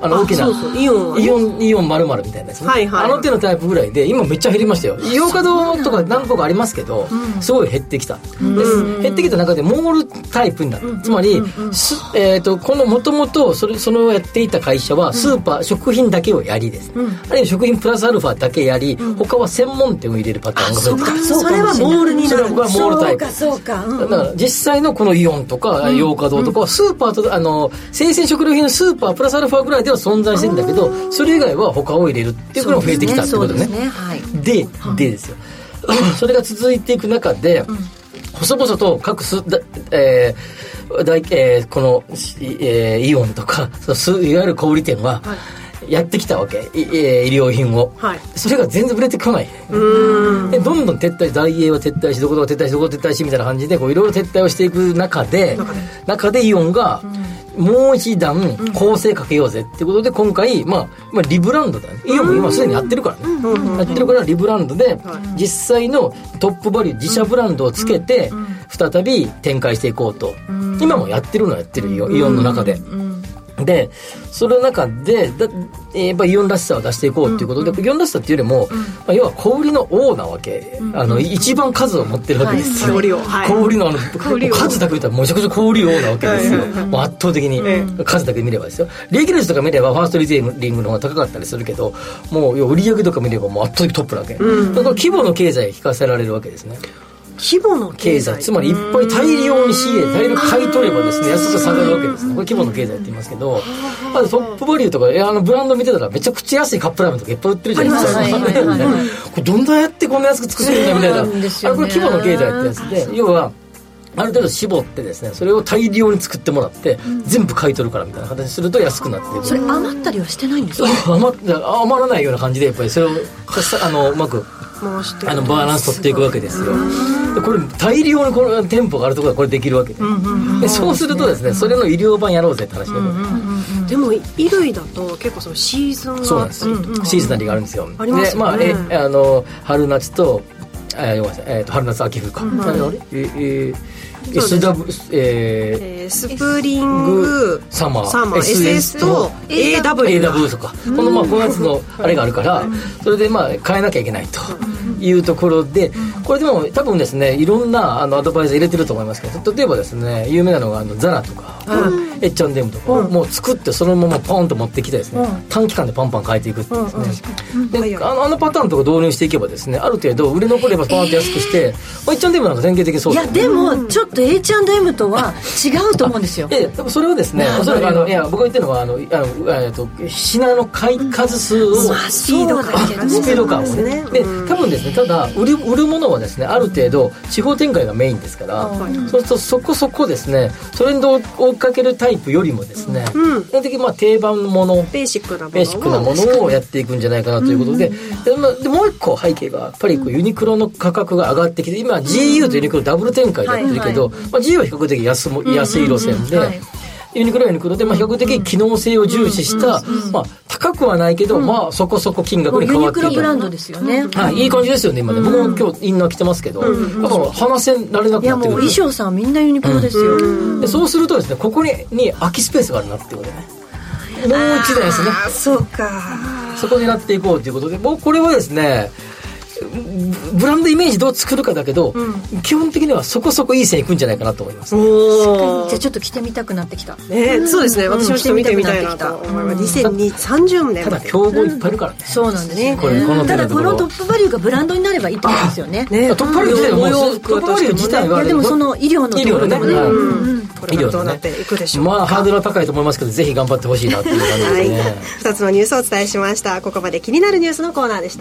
大きなそうそうイオン〇〇みたいなですね、 はいはいはい、 あの手のタイプぐらいで今めっちゃ減りましたよ。洋華堂とか何個かありますけど、すごい減ってきた、減ってきた中でモールタイプになる、つまり、このもともとそれをやっていた会社はスーパー、食品だけをやりです、あるいは食品プラスアルファだけやり、他は専門店を入れるパターンが増えてきた。 それはモールになる。 それはモールタイプ。 そうか、 だから実際のこのイオンとか洋華堂とかはスーパーと生鮮食料品のスーパープラスアルファぐらいでは存在してるんだけど、それ以外は他を入れるっていうのが増えてきたってことね。でですよそれが続いていく中で、細々と各この、イオンとかいわゆる小売店はやってきたわけ、医療品を、それが全然売れてこない。でどんどん撤退、ダイエーは撤退し、どこどこ撤退し、どこ撤退しみたいな感じでいろいろ撤退をしていく中でイオンがもう一段構成かけようぜっていうことで、今回、まあリブランドだね。イオンも今すでにやってるからね、やってるからリブランドで実際のトップバリュー、自社ブランドをつけて再び展開していこうと、今もやってるイオンの中で。でその中でイオンらしさを出していこうということで、イオンらしさっていうよりも、要は小売りの王なわけ、一番数を持ってるわけですよ、小売りの数だけ見たらめちゃくちゃ小売り王なわけですよ、もう圧倒的に、数だけ見ればですよ。利益率とか見ればファーストリテイリングの方が高かったりするけど、もう売上とか見ればもう圧倒的トップなわけ、だから規模の経済を引かせられるわけですね。 規模の経済、 つまりいっぱい大量に仕入れ、大量に買い取ればですね、安く下がるわけですね。これ規模の経済って言いますけど、まずトップバリューとかブランド見てたらめちゃくちゃ安いカップラーメンとかいっぱい売ってるじゃないですか。これどんなやってこんな安く作ってるんだみたいな、これ規模の経済ってやつで、要はある程度絞ってですね、それを大量に作ってもらって全部買い取るからみたいな形にすると安くなっている。 それ余ったりはしてないんですか？ 余らないような感じでやっぱりそれをうまくバランス取っていくわけですよ。でこれ大量にこの店舗があるところはこれできるわけで、そうするとですね、それの医療版やろうぜって話で、 でも衣類だと結構そのシーズンがあったりとか、 シーズナリーがあるんですよ。 ありますよね。 で春夏と春夏秋冬か、SW、 スプリングサマー SS と AW とか、この5月のあれがあるから、それで変えなきゃいけないというところで、これでも多分ですね、いろんなアドバイザー入れてると思いますけど、例えばですね、有名なのがザラとか、H&M とか、もう作ってそのままポンと持ってきてですね、短期間でパンパン変えていくっていうですね、であのパターンとか導入していけばですね、ある程度売れ残ればパンと安くして、H&M なんか典型的にそうですよね。 いやでもちょっと H&M とは違うと思うんですよ。 それはですね、おそらく僕が言ってるのは品の数数をスピード感をね。で多分ですね、ただ売るものはですね、ある程度地方展開がメインですから、そうするとそこそこですね、トレンドを追いかけるタイプよりもですね、基本的に定番のもの、 ベーシックなものをやっていくんじゃないかなということで、でもう一個背景がやっぱりユニクロの価格が上がってきて、今 GU とユニクロダブル展開でやってるけど、GU は比較的安い路線で、ユニクロはユニクロで、比較的機能性を重視した、高くはないけど、そこそこ金額に変わっている。 ユニクロブランドですよね。 いい感じですよね、今ね。僕も今日インナー着てますけど、だから話せられなくなってくる。 いやもう衣装さんみんなユニクロですよ。 でそうするとですね、ここに空きスペースがあるなっていうことでね。もう一台ですね。 そうか。 そこを狙っていこうということで、もうこれはですね、ブランドイメージどう作るかだけど、基本的にはそこそこいい線いくんじゃないかなと思います。 じゃあちょっと着てみたくなってきた。 そうですね、私もちょっと見てみたいなと思います。2030年ただ競合いっぱいいるからね。 そうなんですね。 ただこのトップバリューがブランドになればいいと思うんですよね。 トップバリュー自体もトップバリュー自体はでもその医療のところでもね、 これからどうなっていくでしょうか。 ハードルは高いと思いますけど、ぜひ頑張ってほしいなっていう感じですね。 2つのニュースをお伝えしました。ここまで気になるニュースのコーナーでした。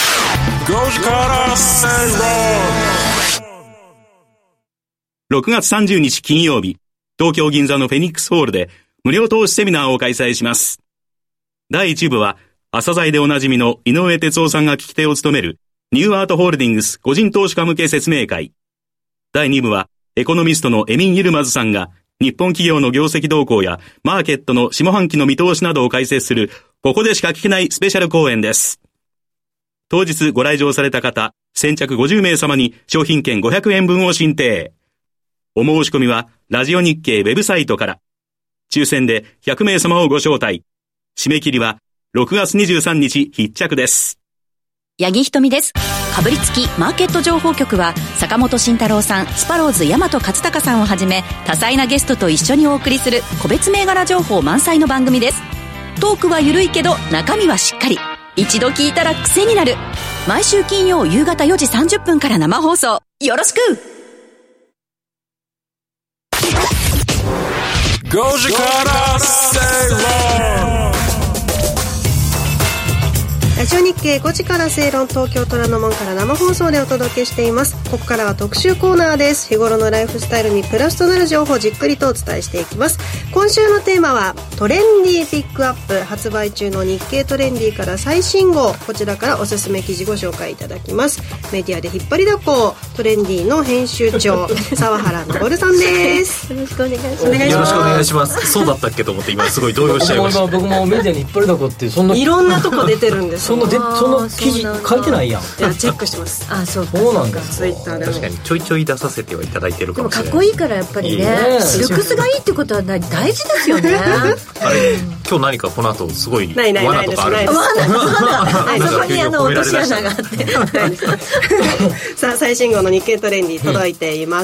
6月30日金曜日、東京銀座のフェニックスホールで無料投資セミナーを開催します。第1部は、朝鮮でおなじみの井上哲夫さんが聞き手を務めるニューアートホールディングス個人投資家向け説明会。第2部は、エコノミストのエミン・ユルマズさんが日本企業の業績動向やマーケットの下半期の見通しなどを解説する、ここでしか聞けないスペシャル講演です。当日ご来場された方、先着50名様に商品券500円分を進呈。お申し込みは、ラジオ日経ウェブサイトから。抽選で100名様をご招待。 締め切りは6月23日必着です。 八木ひとみです。かぶりつきマーケット情報局は坂本慎太郎さん、スパローズ大和勝孝さんをはじめ多彩なゲストと一緒にお送りする個別銘柄情報満載の番組です。トークは緩いけど中身はしっかり、一度聞いたら癖になる。毎週金曜夕方4時30分から生放送、よろしく。 5時から正論。 ラジオ日経5時から正論、東京虎ノ門から生放送でお届けしています。ここからは特集コーナーです。日頃のライフスタイルにプラスとなる情報をじっくりとお伝えしていきます。今週のテーマはトレンディーピックアップ、発売中の日経トレンディーから最新号、こちらからおすすめ記事ご紹介いただきます。メディアで引っ張りだこ、トレンディーの編集長沢原昇さんです。よろしくお願いします。 よろしくお願いします。そうだったっけと思って今すごい動揺しちゃいました。 僕もメディアに引っ張りだこってそんないろんなとこ出てるんですその記事書いてないやん。 いやチェックしてます。 あ、そうなんです。 ツイッターでも確かにちょいちょい出させてはいただいてるかもしれない。 でもかっこいいからやっぱりね、ルックスがいいってことは大事ですよね。 あれ今日何かこの後すごい罠とかあるんですか？ そこに落とし穴があってさあ最新号の日経トレンディ届いています。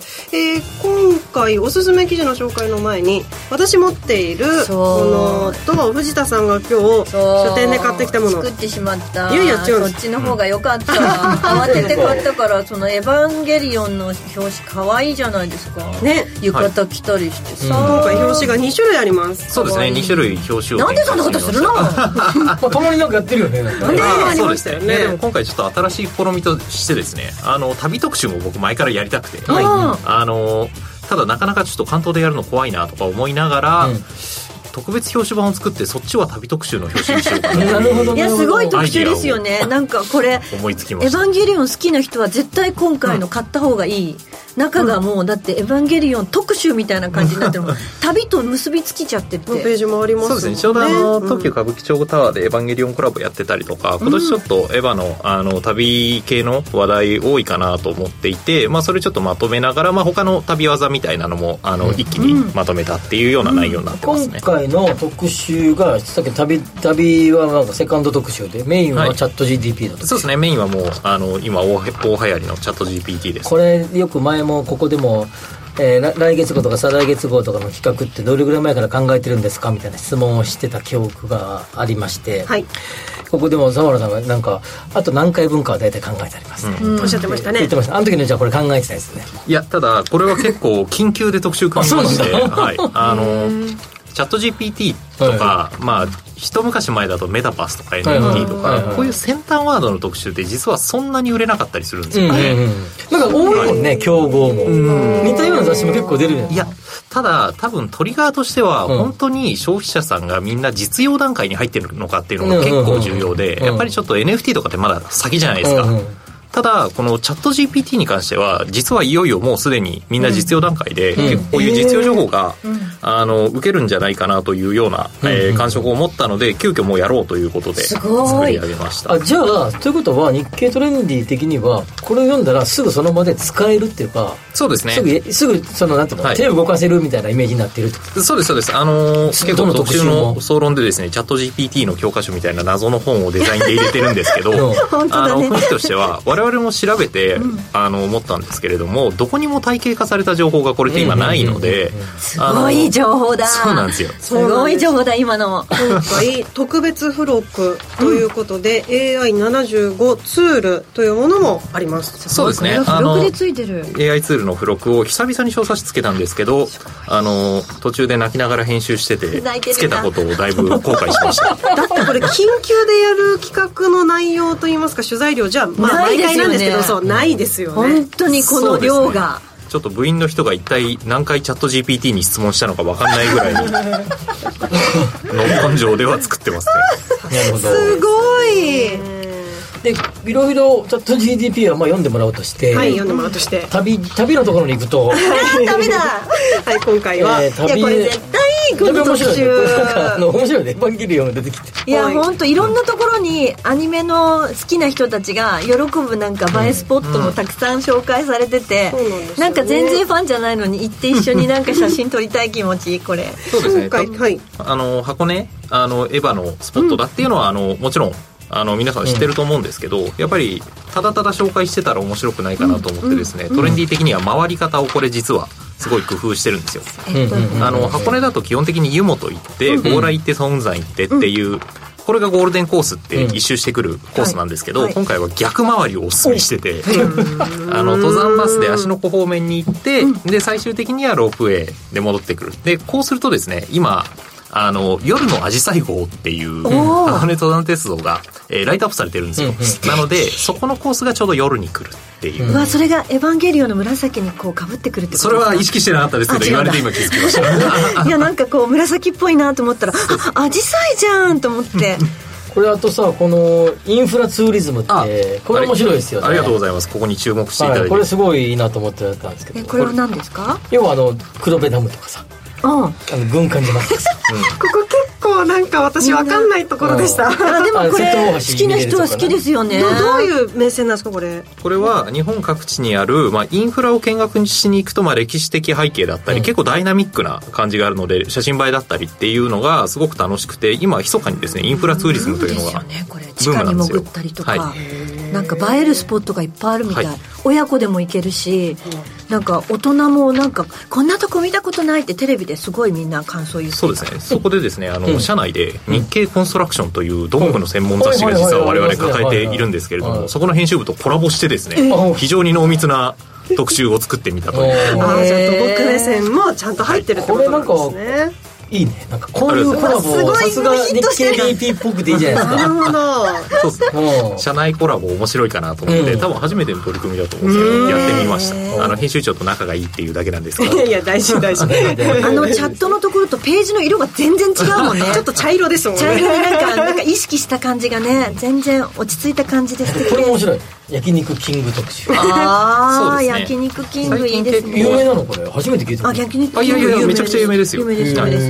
今回おすすめ記事の紹介の前に、私持っているこのと藤田さんが今日書店で買ってきたもの作ってしまった。 いやいや違う、 こっちの方が良かった。慌てて買ったから、そのエヴァンゲリオンの表紙可愛いじゃないですかね。浴衣着たりしてさ、 今回表紙が2種類あります。 そうですね、2種類表紙を。 なんでそんなことするの？ たまになんかやってるよね。なんでありましたよね。 でも今回ちょっと新しい試みとしてですね、旅特集も僕前からやりたくて、ただなかなかちょっと関東でやるの怖いなとか思いながら、特別表紙版を作って、そっちは旅特集の表紙にしようかな。 なるほど。 いやすごい特集ですよね。なんかこれ思いつきました。 エヴァンゲリオン好きな人は絶対今回の買った方がいい。中がもうだってエヴァンゲリオン特集みたいな感じになってるもん。旅と結びつきちゃっててページもあります。 そうですね、ちょうど東急歌舞伎町タワーでエヴァンゲリオンコラボやってたりとか、今年ちょっとエヴァの旅系の話題多いかなと思っていて、それちょっとまとめながら、他の旅技みたいなのも一気にまとめたっていうような内容になってますね。 今回の特集がさっき旅はなんかセカンド特集で、メインはチャット GTP の特集。 そうですね、メインはもう今大流行りのチャット GPT です。 これよく前もここでも来月号とか再来月号とかの企画ってどれぐらい前から考えてるんですかみたいな質問をしてた記憶がありまして、はい、ここでも沢原さんがなんかあと何回分かは大体考えてありますね、 おっしゃってましたね。 言ってました。あの時のじゃあこれ考えてたですね。 いや、ただこれは結構緊急で特集組みましてはい、チャット GPT とか、一昔前だとメタバースとか NFT とか、こういう先端ワードの特集って実はそんなに売れなかったりするんですよね。 なんか多いもんね、競合も似たような雑誌も結構出るん。 いや、ただ多分トリガーとしては本当に消費者さんがみんな実用段階に入ってるのかっていうのが結構重要で、やっぱりちょっと NFT とかってまだ先じゃないですか。ただこのチャット GPT に関しては実はいよいよもうすでにみんな実用段階で、結構こういう実用情報が、受けるんじゃないかなというような、感触を持ったので、急遽もうやろうということで作り上げました。 じゃあということは日経トレンディ的にはこれを読んだらすぐその場で使えるっていうか、 そうですね、 すぐそのなんていうの、手を動かせるみたいなイメージになってるってこと。 そうですそうです。結構特集の総論でですね、チャット GPT の教科書みたいな謎の本をデザインで入れてるんですけど雰囲気としては我々も調べて思ったんですけれども、どこにも体系化された情報がこれって今ないので、 すごい情報だ。 そうなんですよ。 すごい情報だ今の。 今回特別付録ということで、AI75 ツールというものもあります。 そうですね、 付録でついてる AI ツールの付録を久々に小冊子つけたんですけど、途中で泣きながら編集しててつけたことをだいぶ後悔しましただってこれ緊急でやる企画の内容といいますか、取材量じゃ毎回なんですけど、そうないですよね。 本当にこの量が、 ちょっと部員の人が一体何回チャット GPT に質問したのか分かんないぐらいの根性では作ってますね。 なるほど。 すごい。 でいろいろチャット GDP は読んでもらおうとして、 はい、読んでもらおうとして旅のところに行くとダメだはい、今回は、いやこれ絶対君の特集面白いね。エヴァンゲリオンが出てきて、 いや本当いろんなところにアニメの好きな人たちが喜ぶなんか映えスポットもたくさん紹介されてて、なんか全然ファンじゃないのに行って一緒になんか写真撮りたい気持ち。これそうですね、はい、箱根エヴァのスポットだっていうのは、もちろん皆さん知ってると思うんですけど、やっぱりただただ紹介してたら面白くないかなと思ってですね、トレンディ的には回り方をこれ実はすごい工夫してるんですよ。箱根だと基本的に湯本行って強羅行って尊山行ってっていう、これがゴールデンコースって一周してくるコースなんですけど、今回は逆回りをおすすめしてて、登山バスで芦ノ湖方面に行って、で最終的にはロープウェイで戻ってくる。でこうするとですね、今夜のアジサイ号っていう箱根登山鉄道が、ライトアップされてるんですよ。なのでそこのコースがちょうど夜に来るっていう。 うわ、それがエヴァンゲリオンの紫にこう被ってくるってことですか？ それは意識してなかったですけど、言われて今気づきましたいやなんかこう紫っぽいなと思ったら、アジサイじゃんと思ってこれあとさ、このインフラツーリズムってこれ面白いですよね。 ありがとうございます。ここに注目していただいて、 これすごいいいなと思ってやったんですけど、 これは何ですか？ 要は黒部ダムとかさ、軍艦島とかさここ結構なんか私分かんないところでした。 でもこれ好きな人は好きですよね。 どういう目線なんですかこれ？ これは日本各地にある、インフラを見学しに行くと、歴史的背景だったり、結構ダイナミックな感じがあるので、写真映えだったりっていうのがすごく楽しくて、今密かにですねインフラツーリズムというのがブームなんですよ。 これ地下に潜ったりとか、なんか映えるスポットがいっぱいあるみたい。親子でも行けるし、なんか大人もなんかこんなとこ見たことないってテレビですごいみんな感想言ってた。 そうですね。そこでですね、社内で日経コンストラクションという土木の専門雑誌が実は我々抱えているんですけれども、そこの編集部とコラボしてですね、非常に濃密な特集を作ってみたという。 じゃあ土木目線もちゃんと入ってるってことなんですね。 いいね。なんかこういうコラボ、さすが日経 DP っぽくていいじゃないですか。 なるほど。 そうですね。社内コラボ面白いかなと思って、多分初めての取り組みだと思うんですけど、やってみました。編集長と仲がいいっていうだけなんですけど。 いや大事大事。 チャットのところとページの色が全然違うもんね。ちょっと茶色ですもんね。茶色でなんか意識した感じがね、全然落ち着いた感じです。 これ面白い。焼肉キング特集。 焼肉キングいいですね。 有名なのこれ？初めて聞いた。 焼肉キング。 いやめちゃくちゃ有名ですよ。 有名です有名です。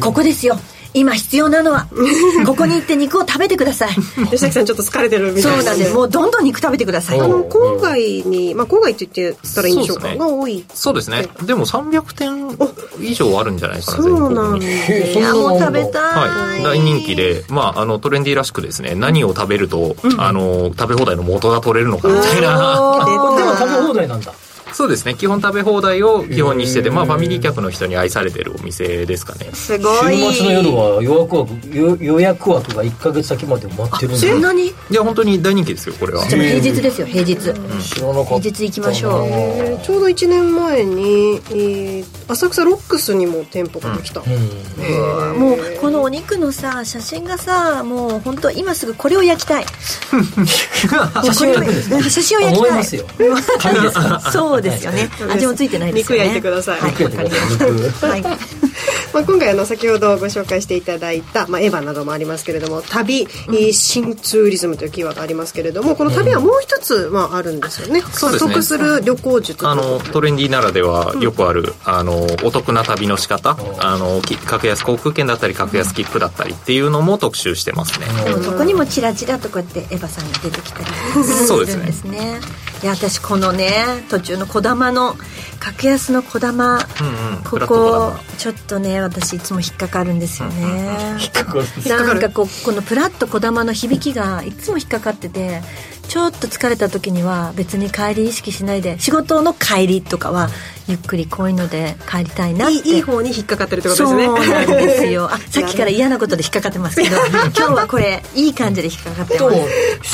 ここですよ。今必要なのはここに行って肉を食べてください。 吉崎さんちょっと疲れてるみたいな。 そうなんで、もうどんどん肉食べてください。 郊外に、郊外って言ったらいいんでしょうか、が多い。 そうですね。でも300店以上あるんじゃないかな。 そうなんです。いやもう食べたい。大人気で、トレンディらしくですね、何を食べると、食べ放題の元が取れるのかみたいな。 でも食べ放題なんだ。 そうですね。基本食べ放題を基本にしてて、ファミリー客の人に愛されてるお店ですかね。 すごい。 週末の夜は予約枠が1ヶ月先まで埋まってるんで。 そんなに？ いや本当に大人気ですよこれは。 じゃあ平日ですよ平日。平日行きましょう。ちょうど1年前に、浅草ロックスにも店舗ができた。 もうこのお肉のさ写真がさ、もう本当今すぐこれを焼きたい。 写真を焼くんですか？ 写真を焼きたい。 思いますよ。紙ですか？ そうですよね。味もついてないですよね。 肉焼いてください。 はい、わかりました。はい。 今回先ほどご紹介していただいた、エヴァなどもありますけれども、旅、新ツーリズムというキーワードありますけれども、この旅はもう一つ、あるんですよね。 そうですね。 得する旅行術。 トレンディならではよくある、お得な旅の仕方、格安航空券だったり格安切符だったりっていうのも特集してますね。 でもそこにもチラチラとこうやってエヴァさんが出てきたりするんですね。いや私このね途中のこだまの格安のこだま、ここちょっとね私いつも引っかかるんですよね。なんかこのプラッとこだまの響きがいつも引っかかってて、ちょっと疲れた時には別に帰り意識しないで、仕事の帰りとかはゆっくりこういうので帰りたいなって。 いい方に引っかかってるってことですね。 そうなんですよ。さっきから嫌なことで引っかかってますけど今日はこれいい感じで引っかかってます。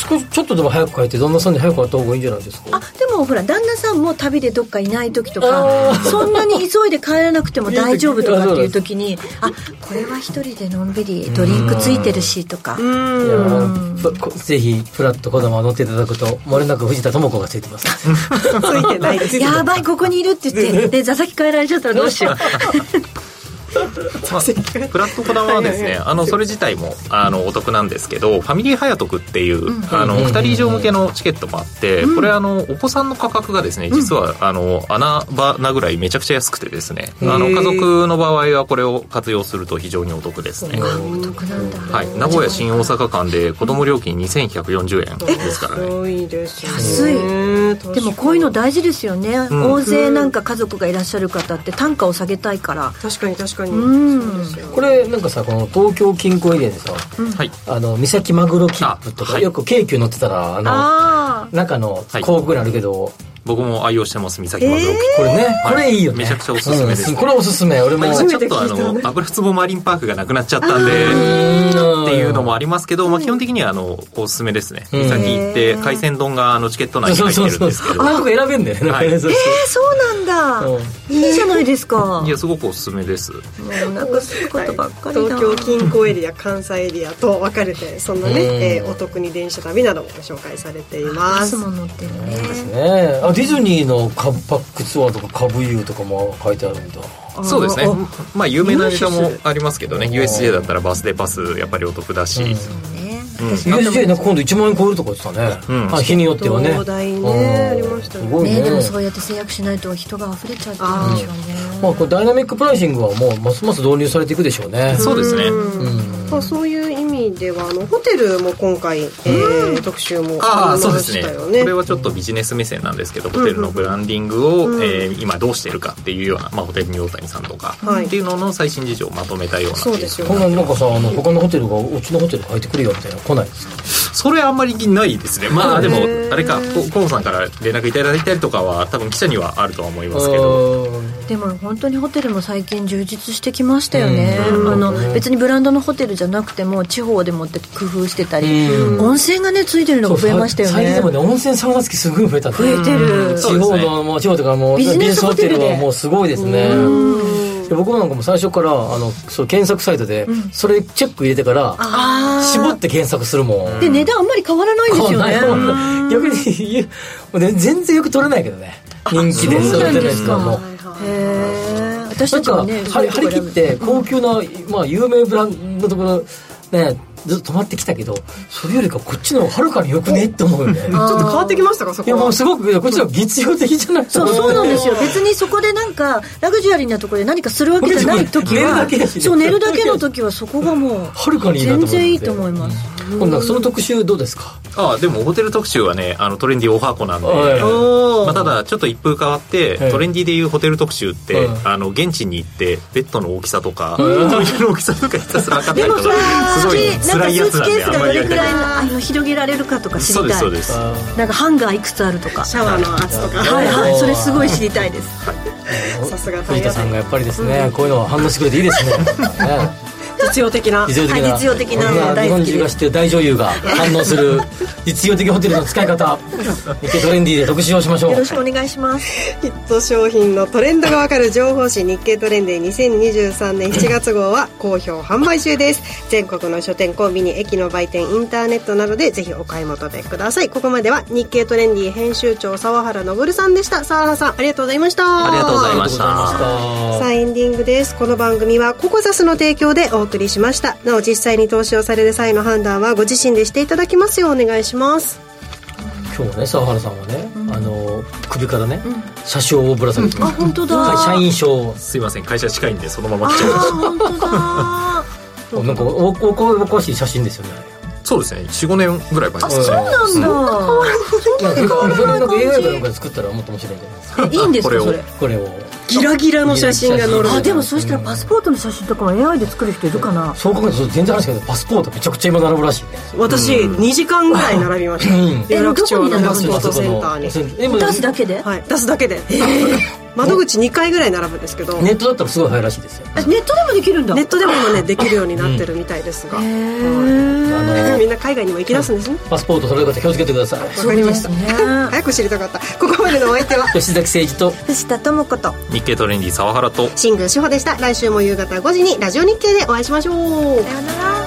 少しちょっとでも早く帰って旦那さんに早く帰った方がいいんじゃないですか？ でもほら旦那さんも旅でどっかいない時とかそんなに急いで帰らなくても大丈夫とかっていう時にこれは一人でのんびりドリンクついてるしとか、 ぜひフラットこだま乗っていただくと漏れなく藤田智子がついてますついてないです。 やばいここにいるって言ってで座席変えられちゃったらどうしよう。 プラットこだまはですね、それ自体もお得なんですけど、ファミリー早得っていう、2人以上向けのチケットもあって、これお子さんの価格がですね、実は穴場ぐらいめちゃくちゃ安くてですね、家族の場合はこれを活用すると非常にお得ですね。 お得なんだ。 はい、名古屋新大阪間で子供料金2140円ですからね。 安いですね。 安い。でもこういうの大事ですよね。大勢なんか家族がいらっしゃる方って単価を下げたいから。 確かに確かに。 これなんかさ、この東京近郊エリアでさ、三崎マグロ切符とかよく京急乗ってたら中の広告にあるけど、 僕も愛用してます、三崎マグロ。 これね、これいいよね。 めちゃくちゃおすすめです、 これおすすめ。俺もちょっと油壺マリンパークがなくなっちゃったんでっていうのもありますけど、基本的にはおすすめですね。三崎行って海鮮丼がチケット内に入ってるんですけど、 選べんだよね。 そうなんだ。いいじゃないですか。 いや、すごくおすすめです。 もうなんかすることばっかりだ。 東京近郊エリア、関西エリアと分かれて、そんなね、お得に電車旅などもご紹介されています。 バスも乗ってるね。 ですね。ディズニーのパックツアーとか株遊とかも書いてあるんだ。 そうですね。有名なネタもありますけどね。USJ だったらバースデーパスやっぱりお得だし、 USJ なんか今度1万円超えるとか言ってたね。日によってはね。 東大ね、ありましたね。 でもそうやって制約しないと人が溢れちゃってるんでしょうね。 これダイナミックプライシングはもうますます導入されていくでしょうね。 そうですね。 そういう意味ではホテルも今回特集もありましたよね。 これはちょっとビジネス目線なんですけど、ホテルのブランディングを今どうしてるかっていうような、ホテルニューオータニさんとかっていうのの最新事情をまとめたような。 そうですよ。 こんななんかさ、他のホテルがうちのホテル変えてくれよみたいな来ないですか？ それあんまりないですね。でもあれか、河野さんから連絡いただいたりとかは多分記者にはあるとは思いますけど。 でも本当にホテルも最近充実してきましたよね。別にブランドのホテルじゃなくても地方でもって工夫してたり、温泉がねついてるのが増えましたよね。 最近でもね、温泉サウナ付きすごい増えた。 増えてる。 地方の地方とかもビジネスホテルはもうすごいですね。僕なんかも最初からそ検索サイトでそれチェック入れてから絞って検索するもん。 で値段あんまり変わらないんですよね。 逆に全然よく取れないけどね、人気で。 そうなんですか。私たちはね、 張り切って高級な有名ブランドのところねずっと泊まってきたけど、それよりかこっちの方がはるかによくねって思うよね。ちょっと変わってきましたか、そこは。 いや、もうすごくこっちの方が実用的じゃない。 そうなんですよ。別にそこでなんかラグジュアリーなところで何かするわけじゃない時は、寝るだけの時はそこがもうはるかにいいなと思って。 全然いいと思います。 今度その特集どうですか？ でもホテル特集はね、トレンディ大箱なんで、ただちょっと一風変わって、トレンディでいうホテル特集って、現地に行ってベッドの大きさとかトイレの大きさとかひたすら測ったりとか、すごい辛いやつなんで、 どれくらい広げられるかとか知りたい。 そうです。 なんかハンガーいくつあるとか、 シャワーの圧とか、 それすごい知りたいです。 さすが藤田さんがやっぱりですね、こういうのは反応してくれていいですね。 実用的な実用的な日本中が知ってる大女優が反応する実用的ホテルの使い方、日経トレンディで特集をしましょう。 よろしくお願いします。 ヒット商品のトレンドがわかる情報誌日経トレンディ2023年7月号は好評販売中です。全国の書店、コンビニ、駅の売店、インターネットなどでぜひお買い求めください。ここまでは日経トレンディ編集長沢原昇さんでした。沢原さん、ありがとうございました。 ありがとうございました。 さあ、エンディングです。この番組はココザスの提供でお送りしました。なお実際に投資をされる際の判断はご自身でしていただきますようお願いします。 今日ね、沢原さんはね、首からね、車掌をぶら下げてます。 本当だ。 社員証。 すいません、会社近いんでそのまま来ちゃいました。 本当だ。 なんかお詳しい写真ですよね。 そうですね、 4,5 年ぐらい前ですね。 そうなんだ。 それなんか AI かなんかで作ったらもっと面白いんじゃないですか。 いいんですかそれ。 これをギラギラの写真が載る。 でもそうしたらパスポートの写真とかも AI で作る人いるかな。 そう考えると全然話だけど、パスポートめちゃくちゃ今並ぶらしいね。 私2時間ぐらい並びました。有楽町のパスポートセンターに出すだけで。 はい、出すだけで。窓口2回ぐらい並ぶんですけど、 ネットだったらすごい早いらしいですよ。 ネットでもできるんだ。 ネットでもね、できるようになってるみたいですが、みんな海外にも行き出すんですね。 パスポート取れる方気をつけてください。 わかりました。早く知りたかった。ここまでのお相手は吉崎誠二と藤田智子と日経トレンディ沢原と新宮志保でした。来週も夕方5時にラジオ日経でお会いしましょう。 さよなら。